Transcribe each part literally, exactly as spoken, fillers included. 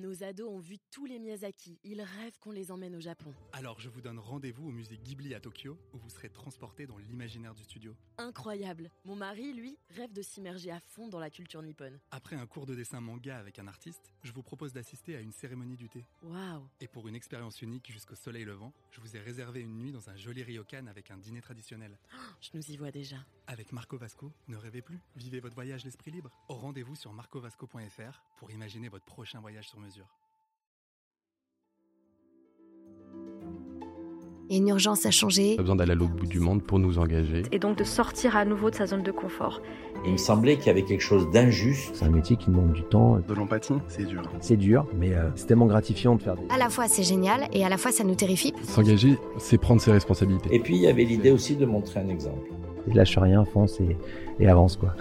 Nos ados ont vu tous les Miyazaki. Ils rêvent qu'on les emmène au Japon. Alors je vous donne rendez-vous au musée Ghibli à Tokyo, où vous serez transportés dans l'imaginaire du studio. Incroyable. Mon mari, lui, rêve de s'immerger à fond dans la culture nippone. Après un cours de dessin manga avec un artiste, je vous propose d'assister à une cérémonie du thé. Waouh. Et pour une expérience unique jusqu'au soleil levant, je vous ai réservé une nuit dans un joli ryokan avec un dîner traditionnel. Oh, je nous y vois déjà. Avec Marco Vasco, ne rêvez plus, vivez votre voyage l'esprit libre. Au rendez-vous sur marco vasco point f r pour imaginer votre prochain voyage sur mesure. Il y a une urgence à changer. On a besoin d'aller à l'autre bout du monde pour nous engager. Et donc de sortir à nouveau de sa zone de confort. Il me semblait qu'il y avait quelque chose d'injuste. C'est un métier qui demande du temps. De l'empathie, c'est dur. C'est dur, mais euh, c'est tellement gratifiant de faire des... À la fois c'est génial et à la fois ça nous terrifie. S'engager, c'est prendre ses responsabilités. Et puis il y avait l'idée aussi de montrer un exemple. Et lâche rien, fonce et, et avance quoi.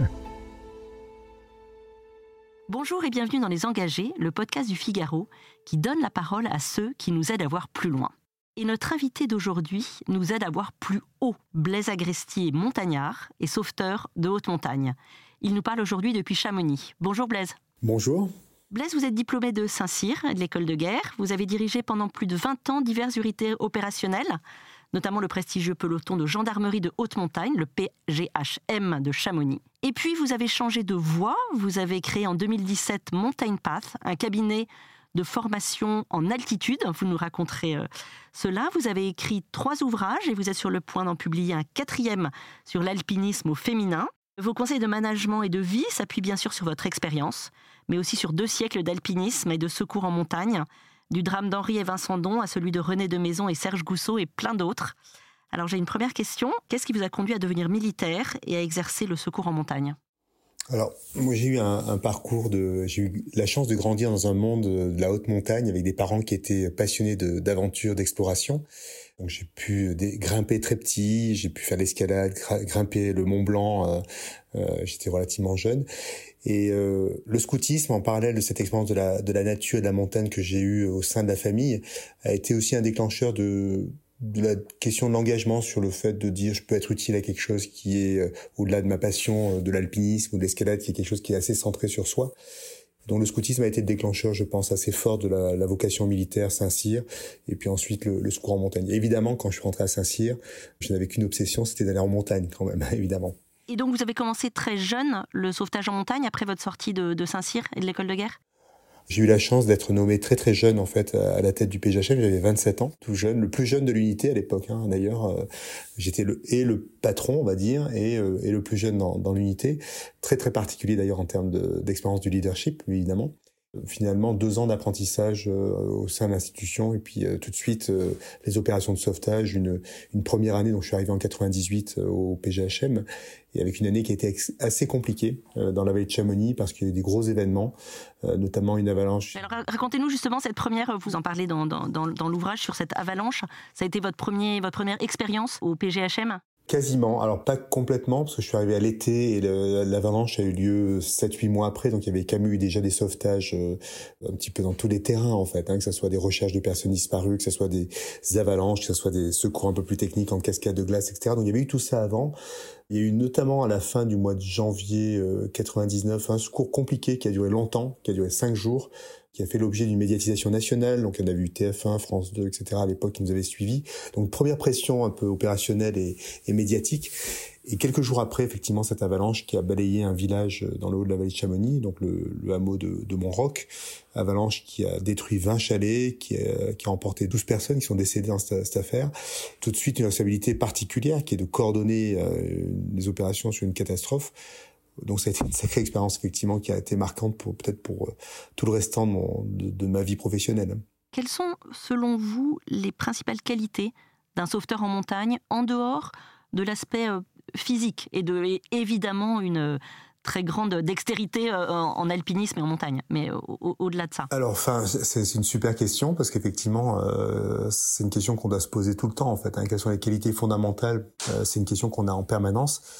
Bonjour et bienvenue dans Les Engagés, le podcast du Figaro qui donne la parole à ceux qui nous aident à voir plus loin. Et notre invité d'aujourd'hui nous aide à voir plus haut. Blaise Agresti est montagnard et sauveteur de haute montagne. Il nous parle aujourd'hui depuis Chamonix. Bonjour Blaise. Bonjour. Blaise, vous êtes diplômé de Saint-Cyr, de l'école de guerre. Vous avez dirigé pendant plus de vingt ans diverses unités opérationnelles, notamment le prestigieux peloton de gendarmerie de haute montagne, le P G H M de Chamonix. Et puis vous avez changé de voie. Vous avez créé en deux mille dix-sept Mountain Path, un cabinet de formation en altitude. Vous nous raconterez euh, cela. Vous avez écrit trois ouvrages et vous êtes sur le point d'en publier un quatrième sur l'alpinisme au féminin. Vos conseils de management et de vie s'appuient bien sûr sur votre expérience, mais aussi sur deux siècles d'alpinisme et de secours en montagne, du drame d'Henri et Vincent Don à celui de René de Maison et Serge Gousseau et plein d'autres. Alors j'ai une première question. Qu'est-ce qui vous a conduit à devenir militaire et à exercer le secours en montagne ? Alors, moi j'ai eu un, un parcours de, j'ai eu la chance de grandir dans un monde de la haute montagne avec des parents qui étaient passionnés de, d'aventure, d'exploration. Donc j'ai pu des, grimper très petit, j'ai pu faire l'escalade, gra, grimper le Mont Blanc. Euh, euh, j'étais relativement jeune. Et euh, le scoutisme, en parallèle de cette expérience de la, de la nature et de la montagne que j'ai eue au sein de la famille, a été aussi un déclencheur de de la question de l'engagement, sur le fait de dire je peux être utile à quelque chose qui est euh, au-delà de ma passion euh, de l'alpinisme ou de l'escalade, qui est quelque chose qui est assez centré sur soi. Donc le scoutisme a été le déclencheur, je pense, assez fort de la, la vocation militaire Saint-Cyr, et puis ensuite le, le secours en montagne. Et évidemment, quand je suis rentré à Saint-Cyr, je n'avais qu'une obsession, c'était d'aller en montagne quand même, évidemment. Et donc vous avez commencé très jeune le sauvetage en montagne après votre sortie de, de Saint-Cyr et de l'école de guerre ? J'ai eu la chance d'être nommé très très jeune en fait à la tête du P G H M. J'avais vingt-sept ans, tout jeune, le plus jeune de l'unité à l'époque. Hein. D'ailleurs, euh, j'étais le et le patron, on va dire, et, euh, et le plus jeune dans, dans l'unité. Très très particulier d'ailleurs en termes de, d'expérience du leadership, évidemment. Finalement, deux ans d'apprentissage euh, au sein de l'institution, et puis euh, tout de suite euh, les opérations de sauvetage. Une, une première année, donc je suis arrivé en quatre-vingt-dix-huit euh, au P G H M, et avec une année qui a été ex- assez compliquée euh, dans la vallée de Chamonix parce qu'il y a eu des gros événements, euh, notamment une avalanche. Alors racontez-nous justement cette première. Vous en parlez dans, dans, dans, dans l'ouvrage sur cette avalanche. Ça a été votre premier, votre première expérience au P G H M ? Quasiment, alors pas complètement, parce que je suis arrivé à l'été et le, l'avalanche a eu lieu sept huit mois après, donc il y avait quand même eu déjà des sauvetages euh, un petit peu dans tous les terrains en fait, hein, que ce soit des recherches de personnes disparues, que ce soit des avalanches, que ce soit des secours un peu plus techniques en cascade de glace, et cetera. Donc il y avait eu tout ça avant. Il y a eu notamment à la fin du mois de janvier euh, quatre-vingt-dix-neuf un secours compliqué qui a duré longtemps, qui a duré cinq jours, qui a fait l'objet d'une médiatisation nationale. Donc on a vu T F un, France deux, et cetera à l'époque qui nous avaient suivis. Donc première pression un peu opérationnelle et, et médiatique. Et quelques jours après, effectivement, cette avalanche qui a balayé un village dans le haut de la vallée de Chamonix, donc le, le hameau de, de Montroc. Avalanche qui a détruit vingt chalets, qui a, qui a emporté douze personnes qui sont décédées dans cette, cette affaire. Tout de suite, une responsabilité particulière qui est de coordonner euh, les opérations sur une catastrophe. Donc ça a été une sacrée expérience effectivement qui a été marquante pour peut-être pour euh, tout le restant de, mon, de, de ma vie professionnelle. Quelles sont selon vous les principales qualités d'un sauveteur en montagne en dehors de l'aspect euh, physique et de et évidemment une euh, très grande dextérité euh, en, en alpinisme et en montagne, mais euh, au, au-delà de ça? Alors enfin c'est, c'est une super question parce qu'effectivement euh, c'est une question qu'on doit se poser tout le temps en fait. Hein. Quelles sont les qualités fondamentales? euh, C'est une question qu'on a en permanence.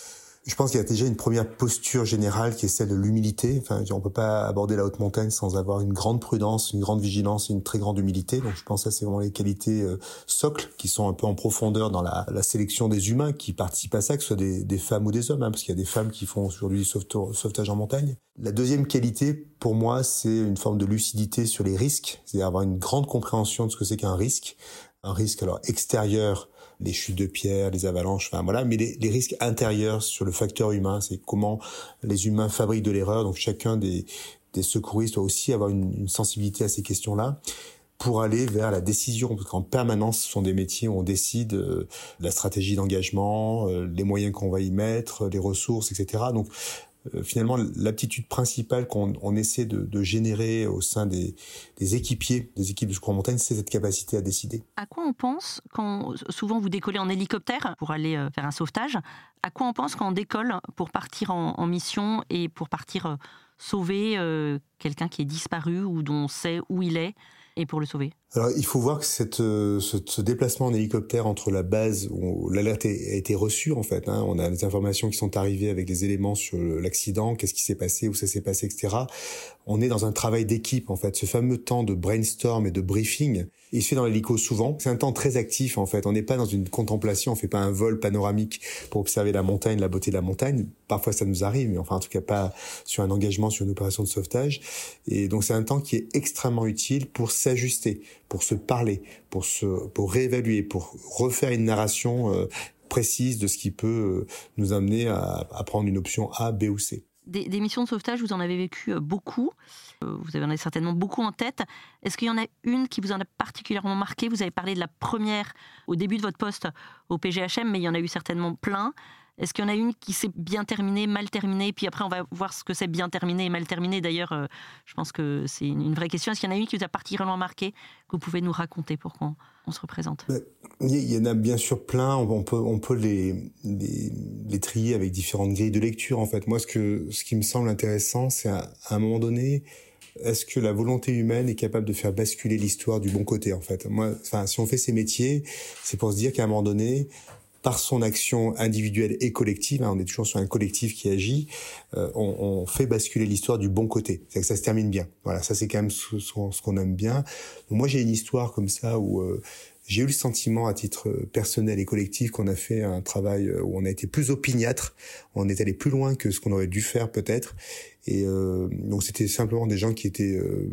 Je pense qu'il y a déjà une première posture générale qui est celle de l'humilité. Enfin, on peut pas aborder la haute montagne sans avoir une grande prudence, une grande vigilance et une très grande humilité. Donc, je pense que ça, c'est vraiment les qualités euh, socles qui sont un peu en profondeur dans la, la sélection des humains qui participent à ça, que ce soit des, des femmes ou des hommes, hein, parce qu'il y a des femmes qui font aujourd'hui du sauvetage, sauvetage en montagne. La deuxième qualité, pour moi, c'est une forme de lucidité sur les risques, c'est-à-dire avoir une grande compréhension de ce que c'est qu'un risque. Un risque alors extérieur, les chutes de pierres, les avalanches, enfin voilà, mais les, les risques intérieurs sur le facteur humain, c'est comment les humains fabriquent de l'erreur. Donc chacun des, des secouristes doit aussi avoir une, une sensibilité à ces questions-là pour aller vers la décision, parce qu'en permanence, ce sont des métiers où on décide euh, la stratégie d'engagement, euh, les moyens qu'on va y mettre, les ressources, et cetera. Donc Euh, finalement, l'aptitude principale qu'on on essaie de, de générer au sein des, des équipiers, des équipes de secours en montagne, c'est cette capacité à décider. À quoi on pense quand souvent vous décollez en hélicoptère pour aller euh, faire un sauvetage? À quoi on pense quand on décolle pour partir en, en mission et pour partir euh, sauver euh, quelqu'un qui est disparu ou dont on sait où il est et pour le sauver? Alors, il faut voir que cette, euh, ce, ce déplacement en hélicoptère entre la base où l'alerte a été reçue, en fait, hein, on a des informations qui sont arrivées avec des éléments sur l'accident, qu'est-ce qui s'est passé, où ça s'est passé, et cetera. On est dans un travail d'équipe, en fait. Ce fameux temps de brainstorm et de briefing, il se fait dans l'hélico souvent. C'est un temps très actif, en fait. On n'est pas dans une contemplation, on fait pas un vol panoramique pour observer la montagne, la beauté de la montagne. Parfois, ça nous arrive, mais enfin, en tout cas, pas sur un engagement, sur une opération de sauvetage. Et donc, c'est un temps qui est extrêmement utile pour s'ajuster, pour se parler, pour se, pour réévaluer, pour refaire une narration euh, précise de ce qui peut euh, nous amener à, à prendre une option A, B ou C. Des, des missions de sauvetage, vous en avez vécu beaucoup. Euh, vous en avez certainement beaucoup en tête. Est-ce qu'il y en a une qui vous en a particulièrement marqué? Vous avez parlé de la première au début de votre poste au P G H M, mais il y en a eu certainement plein. Est-ce qu'il y en a une qui s'est bien terminée, mal terminée? Puis après, on va voir ce que c'est bien terminé et mal terminé. D'ailleurs, euh, je pense que c'est une, une vraie question. Est-ce qu'il y en a une qui vous a particulièrement marqué, que vous pouvez nous raconter pour qu'on on se représente? Il y en a bien sûr plein. On peut, on peut les, les, les trier avec différentes grilles de lecture. En fait, moi, ce, que, ce qui me semble intéressant, c'est à, à un moment donné, est-ce que la volonté humaine est capable de faire basculer l'histoire du bon côté, en fait? Moi, enfin, si on fait ces métiers, c'est pour se dire qu'à un moment donné, par son action individuelle et collective, hein, on est toujours sur un collectif qui agit, euh, on, on fait basculer l'histoire du bon côté. C'est que ça se termine bien. Voilà, ça c'est quand même ce, ce qu'on aime bien. Donc moi j'ai une histoire comme ça où euh, j'ai eu le sentiment à titre personnel et collectif qu'on a fait un travail où on a été plus opiniâtre, on est allé plus loin que ce qu'on aurait dû faire peut-être. Et euh, donc c'était simplement des gens qui étaient euh,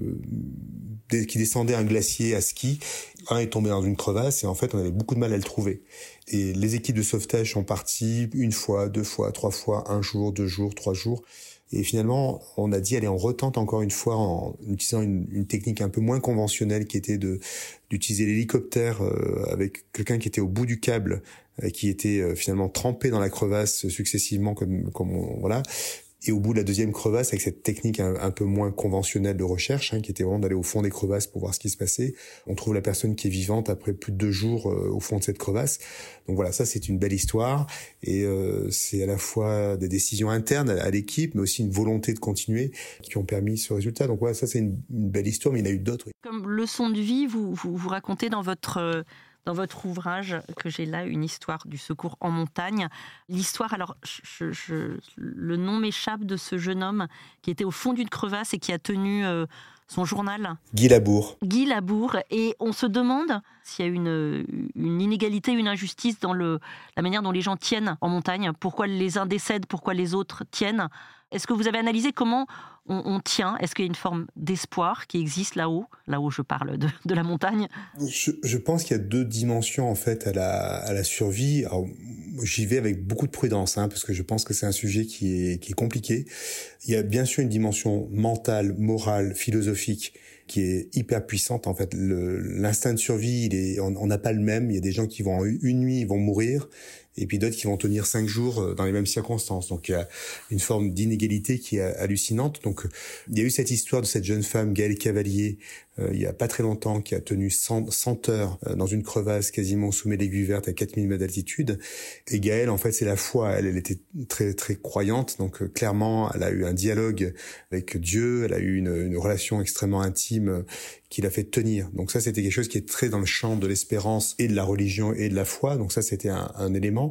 des, qui descendaient un glacier à ski. Un est tombé dans une crevasse et en fait on avait beaucoup de mal à le trouver. Et les équipes de sauvetage sont parties une fois, deux fois, trois fois, un jour, deux jours, trois jours. Et finalement, on a dit, allez, on retente encore une fois en utilisant une, une technique un peu moins conventionnelle qui était de d'utiliser l'hélicoptère euh, avec quelqu'un qui était au bout du câble, euh, qui était euh, finalement trempé dans la crevasse successivement, comme, comme on, voilà. Et au bout de la deuxième crevasse, avec cette technique un, un peu moins conventionnelle de recherche, hein, qui était vraiment d'aller au fond des crevasses pour voir ce qui se passait, on trouve la personne qui est vivante après plus de deux jours euh, au fond de cette crevasse. Donc voilà, ça c'est une belle histoire, et euh, c'est à la fois des décisions internes à, à l'équipe, mais aussi une volonté de continuer qui ont permis ce résultat. Donc voilà, ça c'est une, une belle histoire, mais il y en a eu d'autres. Oui. Comme leçon de vie, vous, vous, vous racontez dans votre... Euh... Dans votre ouvrage, que j'ai là, une histoire du secours en montagne. L'histoire, alors, je, je, le nom m'échappe de ce jeune homme qui était au fond d'une crevasse et qui a tenu euh, son journal. Guy Labour. Guy Labour. Et on se demande s'il y a une, une inégalité, une injustice dans le, la manière dont les gens tiennent en montagne. Pourquoi les uns décèdent, pourquoi les autres tiennent. Est-ce que vous avez analysé comment on, on tient? Est-ce qu'il y a une forme d'espoir qui existe là-haut? Là-haut, je parle de, de la montagne. Je, je pense qu'il y a deux dimensions en fait à la, à la survie. Alors, j'y vais avec beaucoup de prudence, hein, parce que je pense que c'est un sujet qui est, qui est compliqué. Il y a bien sûr une dimension mentale, morale, philosophique qui est hyper puissante. En fait, le, l'instinct de survie, il est, on n'a pas le même. Il y a des gens qui vont une nuit, ils vont mourir, et puis d'autres qui vont tenir cinq jours dans les mêmes circonstances. Donc il y a une forme d'inégalité qui est hallucinante. Donc il y a eu cette histoire de cette jeune femme, Gaëlle Cavalier, euh, il y a pas très longtemps, qui a tenu cent, cent heures dans une crevasse quasiment au sommet de l'Aiguille Verte à quatre mille mètres d'altitude. Et Gaëlle, en fait, c'est la foi. Elle, elle était très très croyante. Donc euh, clairement, elle a eu un dialogue avec Dieu. Elle a eu une, une relation extrêmement intime qui l'a fait tenir. Donc ça, c'était quelque chose qui est très dans le champ de l'espérance et de la religion et de la foi. Donc ça, c'était un, un élément.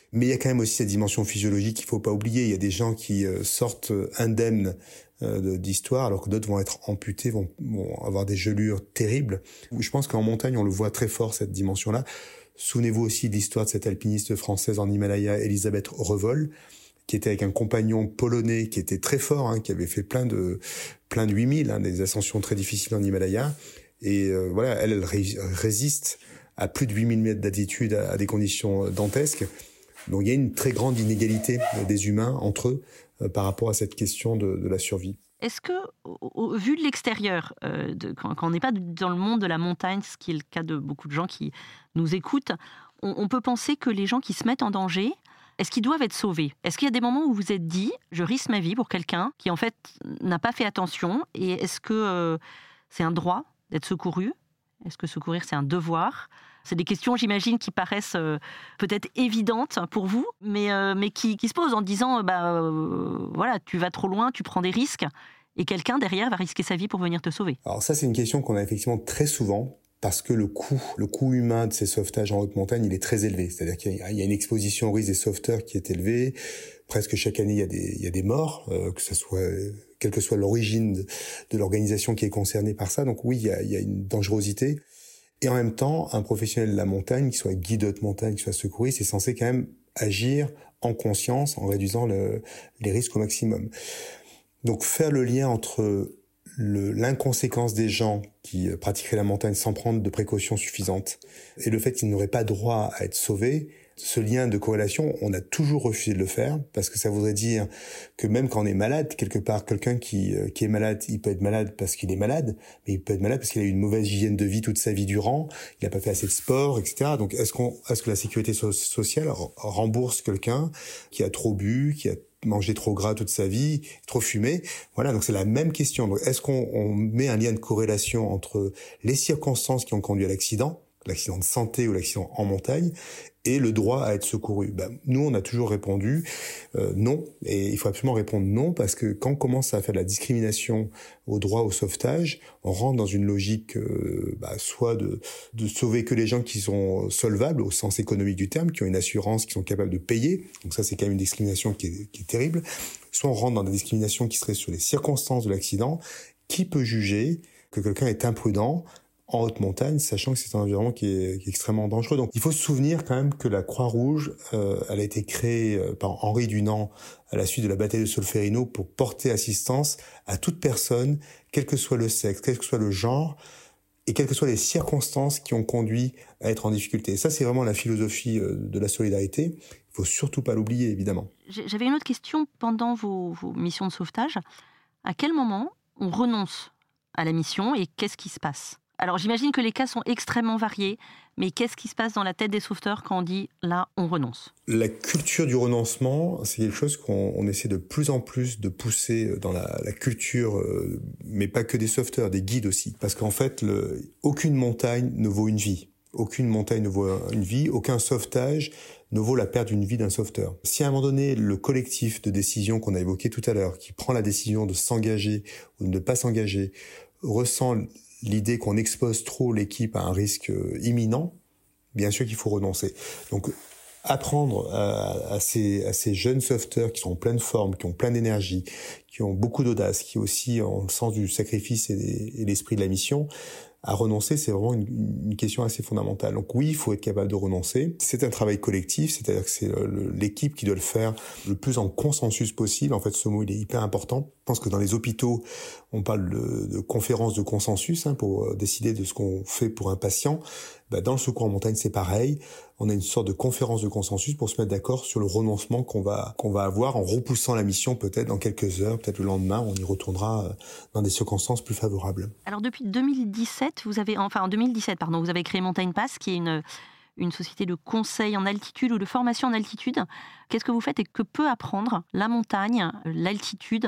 Mais il y a quand même aussi cette dimension physiologique qu'il faut pas oublier. Il y a des gens qui euh, sortent indemnes euh, d'histoire, alors que d'autres vont être amputés, vont, vont avoir des gelures terribles. Je pense qu'en montagne, on le voit très fort, cette dimension-là. Souvenez-vous aussi de l'histoire de cette alpiniste française en Himalaya, Elisabeth Revol, qui était avec un compagnon polonais qui était très fort, hein, qui avait fait plein de plein de huit mille, hein, des ascensions très difficiles en Himalaya. Et euh, voilà, elle, elle ré- résiste à plus de huit mille mètres d'altitude à, à des conditions dantesques. Donc il y a une très grande inégalité des humains entre eux euh, par rapport à cette question de, de la survie. Est-ce que, au, au, vu de l'extérieur, euh, de, quand, quand on n'est pas dans le monde de la montagne, ce qui est le cas de beaucoup de gens qui nous écoutent, on, on peut penser que les gens qui se mettent en danger, est-ce qu'ils doivent être sauvés ? Est-ce qu'il y a des moments où vous vous êtes dit, je risque ma vie pour quelqu'un qui en fait n'a pas fait attention ? Et est-ce que euh, c'est un droit d'être secouru ? Est-ce que secourir c'est un devoir ? C'est des questions, j'imagine, qui paraissent euh, peut-être évidentes pour vous, mais, euh, mais qui, qui se posent en disant, euh, bah, euh, voilà, tu vas trop loin, tu prends des risques, et quelqu'un derrière va risquer sa vie pour venir te sauver. Alors ça, c'est une question qu'on a effectivement très souvent, parce que le coût, le coût humain de ces sauvetages en haute montagne, il est très élevé. C'est-à-dire qu'il y a, il y a une exposition au risque des sauveteurs qui est élevée. Presque chaque année, il y a des, il y a des morts, euh, que ce soit, quelle que soit l'origine de, de l'organisation qui est concernée par ça. Donc oui, il y a, il y a une dangerosité. Et en même temps, un professionnel de la montagne, qui soit guide de haute montagne, qui soit secouriste, c'est censé quand même agir en conscience, en réduisant le, les risques au maximum. Donc faire le lien entre le, l'inconséquence des gens qui pratiqueraient la montagne sans prendre de précautions suffisantes et le fait qu'ils n'auraient pas droit à être sauvés, ce lien de corrélation, on a toujours refusé de le faire parce que ça voudrait dire que même quand on est malade, quelque part, quelqu'un qui, qui est malade, il peut être malade parce qu'il est malade, mais il peut être malade parce qu'il a eu une mauvaise hygiène de vie toute sa vie durant, il n'a pas fait assez de sport, et cetera. Donc, est-ce qu'on, est-ce que la sécurité so- sociale rembourse quelqu'un qui a trop bu, qui a mangé trop gras toute sa vie, trop fumé? Voilà, donc c'est la même question. Donc, est-ce qu'on on met un lien de corrélation entre les circonstances qui ont conduit à l'accident, l'accident de santé ou l'accident en montagne, et le droit à être secouru? Ben, nous, on a toujours répondu euh, non, et il faut absolument répondre non, parce que quand on commence à faire de la discrimination au droit au sauvetage, on rentre dans une logique euh, bah, soit de, de sauver que les gens qui sont solvables, au sens économique du terme, qui ont une assurance, qui sont capables de payer, donc ça c'est quand même une discrimination qui est, qui est terrible, soit on rentre dans des discriminations qui seraient sur les circonstances de l'accident. Qui peut juger que quelqu'un est imprudent en haute montagne, sachant que c'est un environnement qui est, qui est extrêmement dangereux. Donc, il faut se souvenir quand même que la Croix-Rouge, euh, elle a été créée euh, par Henri Dunant à la suite de la bataille de Solferino pour porter assistance à toute personne, quel que soit le sexe, quel que soit le genre, et quelles que soient les circonstances qui ont conduit à être en difficulté. Et ça, c'est vraiment la philosophie euh, de la solidarité. Il faut surtout pas l'oublier, évidemment. J'avais une autre question pendant vos, vos missions de sauvetage. À quel moment on renonce à la mission et qu'est-ce qui se passe ? Alors, j'imagine que les cas sont extrêmement variés, mais qu'est-ce qui se passe dans la tête des sauveteurs quand on dit « là, on renonce » ? La culture du renoncement, c'est quelque chose qu'on on essaie de plus en plus de pousser dans la, la culture, euh, mais pas que des sauveteurs, des guides aussi. Parce qu'en fait, le, aucune montagne ne vaut une vie. Aucune montagne ne vaut une vie, aucun sauvetage ne vaut la perte d'une vie d'un sauveteur. Si à un moment donné, le collectif de décision qu'on a évoqué tout à l'heure, qui prend la décision de s'engager ou de ne pas s'engager, ressent l'idée qu'on expose trop l'équipe à un risque imminent, bien sûr qu'il faut renoncer. Donc, apprendre à, à, ces, à ces jeunes sauveteurs qui sont en pleine forme, qui ont plein d'énergie, qui ont beaucoup d'audace, qui aussi ont le sens du sacrifice et, et l'esprit de la mission, à renoncer, c'est vraiment une, une question assez fondamentale. Donc oui, il faut être capable de renoncer. C'est un travail collectif, c'est-à-dire que c'est le, l'équipe qui doit le faire le plus en consensus possible. En fait, ce mot, il est hyper important. Je pense que dans les hôpitaux, on parle de, de conférences de consensus hein, pour décider de ce qu'on fait pour un patient. Ben, dans le secours en montagne, c'est pareil. On a une sorte de conférence de consensus pour se mettre d'accord sur le renoncement qu'on va qu'on va avoir en repoussant la mission peut-être dans quelques heures, peut-être le lendemain, on y retournera dans des circonstances plus favorables. Alors depuis deux mille dix-sept, vous avez enfin en deux mille dix-sept pardon, vous avez créé Montagne Pass, qui est une une société de conseil en altitude ou de formation en altitude. Qu'est-ce que vous faites et que peut apprendre la montagne, l'altitude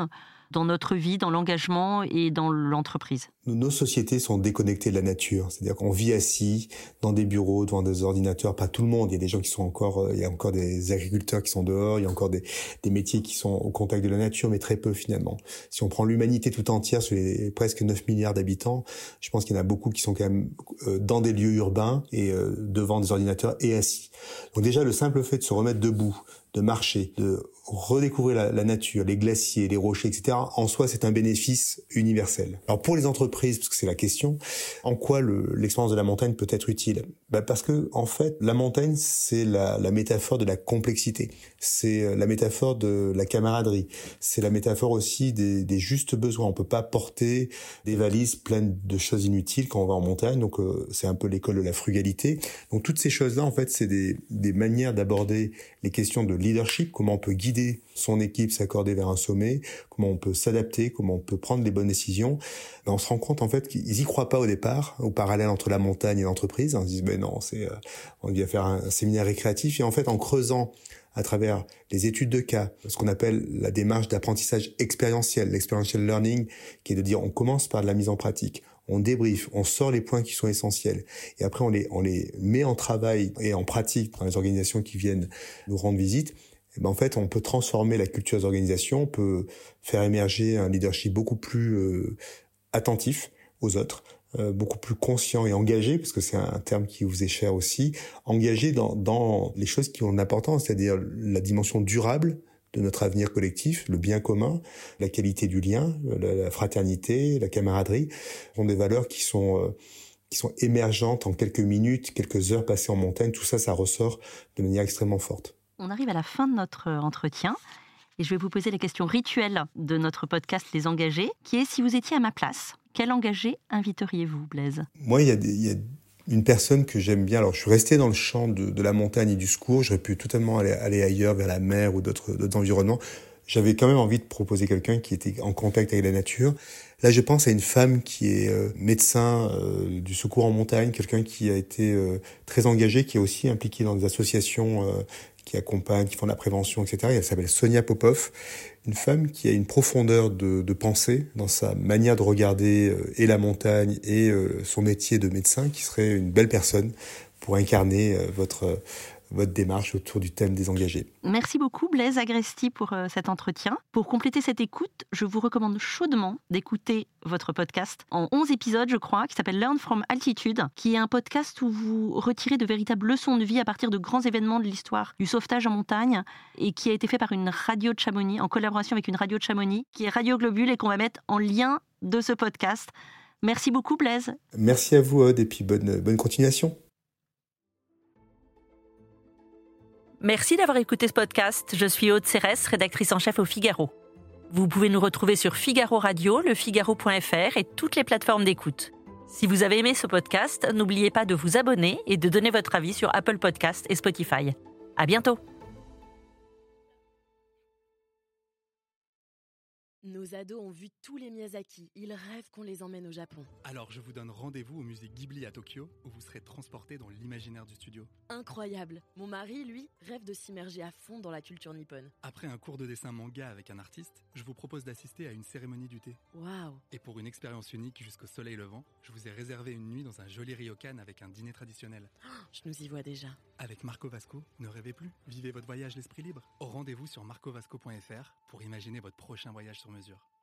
dans notre vie, dans l'engagement et dans l'entreprise? Nos sociétés sont déconnectées de la nature. C'est-à-dire qu'on vit assis dans des bureaux, devant des ordinateurs. Pas tout le monde. Il y a des gens qui sont encore, il y a encore des agriculteurs qui sont dehors. Il y a encore des, des métiers qui sont au contact de la nature, mais très peu finalement. Si on prend l'humanité tout entière sur les presque neuf milliards d'habitants, je pense qu'il y en a beaucoup qui sont quand même dans des lieux urbains et devant des ordinateurs et assis. Donc déjà, le simple fait de se remettre debout, de marcher, de redécouvrir la, la nature, les glaciers, les rochers, et cetera, en soi, c'est un bénéfice universel. Alors pour les entreprises, parce que c'est la question, en quoi le, l'expérience de la montagne peut être utile? Ben parce que en fait, la montagne, c'est la, la métaphore de la complexité, c'est la métaphore de la camaraderie, c'est la métaphore aussi des, des justes besoins. On peut pas porter des valises pleines de choses inutiles quand on va en montagne, donc euh, c'est un peu l'école de la frugalité. Donc toutes ces choses-là, en fait, c'est des, des manières d'aborder les questions de leadership, comment on peut guider son équipe, s'accorder vers un sommet, comment on peut s'adapter, comment on peut prendre les bonnes décisions. Ben, on se rend compte en fait qu'ils y croient pas au départ, au parallèle entre la montagne et l'entreprise. On se dit ben non, c'est, euh, on vient faire un, un séminaire récréatif, et en fait en creusant à travers les études de cas, ce qu'on appelle la démarche d'apprentissage expérientiel, l'experiential learning, qui est de dire on commence par de la mise en pratique, on débriefe, on sort les points qui sont essentiels, et après on les, on les met en travail et en pratique dans les organisations qui viennent nous rendre visite. Et ben en fait, on peut transformer la culture des organisations, on peut faire émerger un leadership beaucoup plus euh, attentif aux autres, euh, beaucoup plus conscient et engagé, parce que c'est un terme qui vous est cher aussi, engagé dans, dans les choses qui ont de l'importance, c'est-à-dire la dimension durable de notre avenir collectif, le bien commun, la qualité du lien, la, la fraternité, la camaraderie, sont des valeurs qui sont euh, qui sont émergentes en quelques minutes, quelques heures passées en montagne. Tout ça, ça ressort de manière extrêmement forte. On arrive à la fin de notre entretien et je vais vous poser la question rituelle de notre podcast Les Engagés, qui est: si vous étiez à ma place, quel engagé inviteriez-vous, Blaise? Moi, il y a, des, il y a une personne que j'aime bien. Alors, je suis resté dans le champ de, de la montagne et du secours. J'aurais pu totalement aller, aller ailleurs, vers la mer ou d'autres, d'autres environnements. J'avais quand même envie de proposer quelqu'un qui était en contact avec la nature. Là, je pense à une femme qui est euh, médecin euh, du secours en montagne, quelqu'un qui a été euh, très engagé, qui est aussi impliqué dans des associations euh, qui accompagnent, qui font de la prévention, et cetera. Et elle s'appelle Sonia Popov, une femme qui a une profondeur de, de pensée dans sa manière de regarder euh, et la montagne et euh, son métier de médecin, qui serait une belle personne pour incarner euh, votre... Euh, votre démarche autour du thème des engagés. Merci beaucoup Blaise Agresti pour euh, cet entretien. Pour compléter cette écoute, je vous recommande chaudement d'écouter votre podcast en onze épisodes, je crois, qui s'appelle Learn from Altitude, qui est un podcast où vous retirez de véritables leçons de vie à partir de grands événements de l'histoire du sauvetage en montagne, et qui a été fait par une radio de Chamonix, en collaboration avec une radio de Chamonix, qui est Radio Globule, et qu'on va mettre en lien de ce podcast. Merci beaucoup Blaise. Merci à vous Aude, et puis bonne, bonne continuation. Merci d'avoir écouté ce podcast. Je suis Aude Cérès, rédactrice en chef au Figaro. Vous pouvez nous retrouver sur Figaro Radio, le figaro point f r et toutes les plateformes d'écoute. Si vous avez aimé ce podcast, n'oubliez pas de vous abonner et de donner votre avis sur Apple Podcasts et Spotify. À bientôt. Nos ados ont vu tous les Miyazaki. Ils rêvent qu'on les emmène au Japon. Alors je vous donne rendez-vous au musée Ghibli à Tokyo, où vous serez transportés dans l'imaginaire du studio. Incroyable. Mon mari, lui, rêve de s'immerger à fond dans la culture nippone. Après un cours de dessin manga avec un artiste, je vous propose d'assister à une cérémonie du thé. Waouh. Et pour une expérience unique jusqu'au soleil levant, je vous ai réservé une nuit dans un joli ryokan avec un dîner traditionnel. Oh, je nous y vois déjà. Avec Marco Vasco, ne rêvez plus, vivez votre voyage l'esprit libre. Au rendez-vous sur marco vasco point f r pour imaginer votre prochain voyage sur mesure.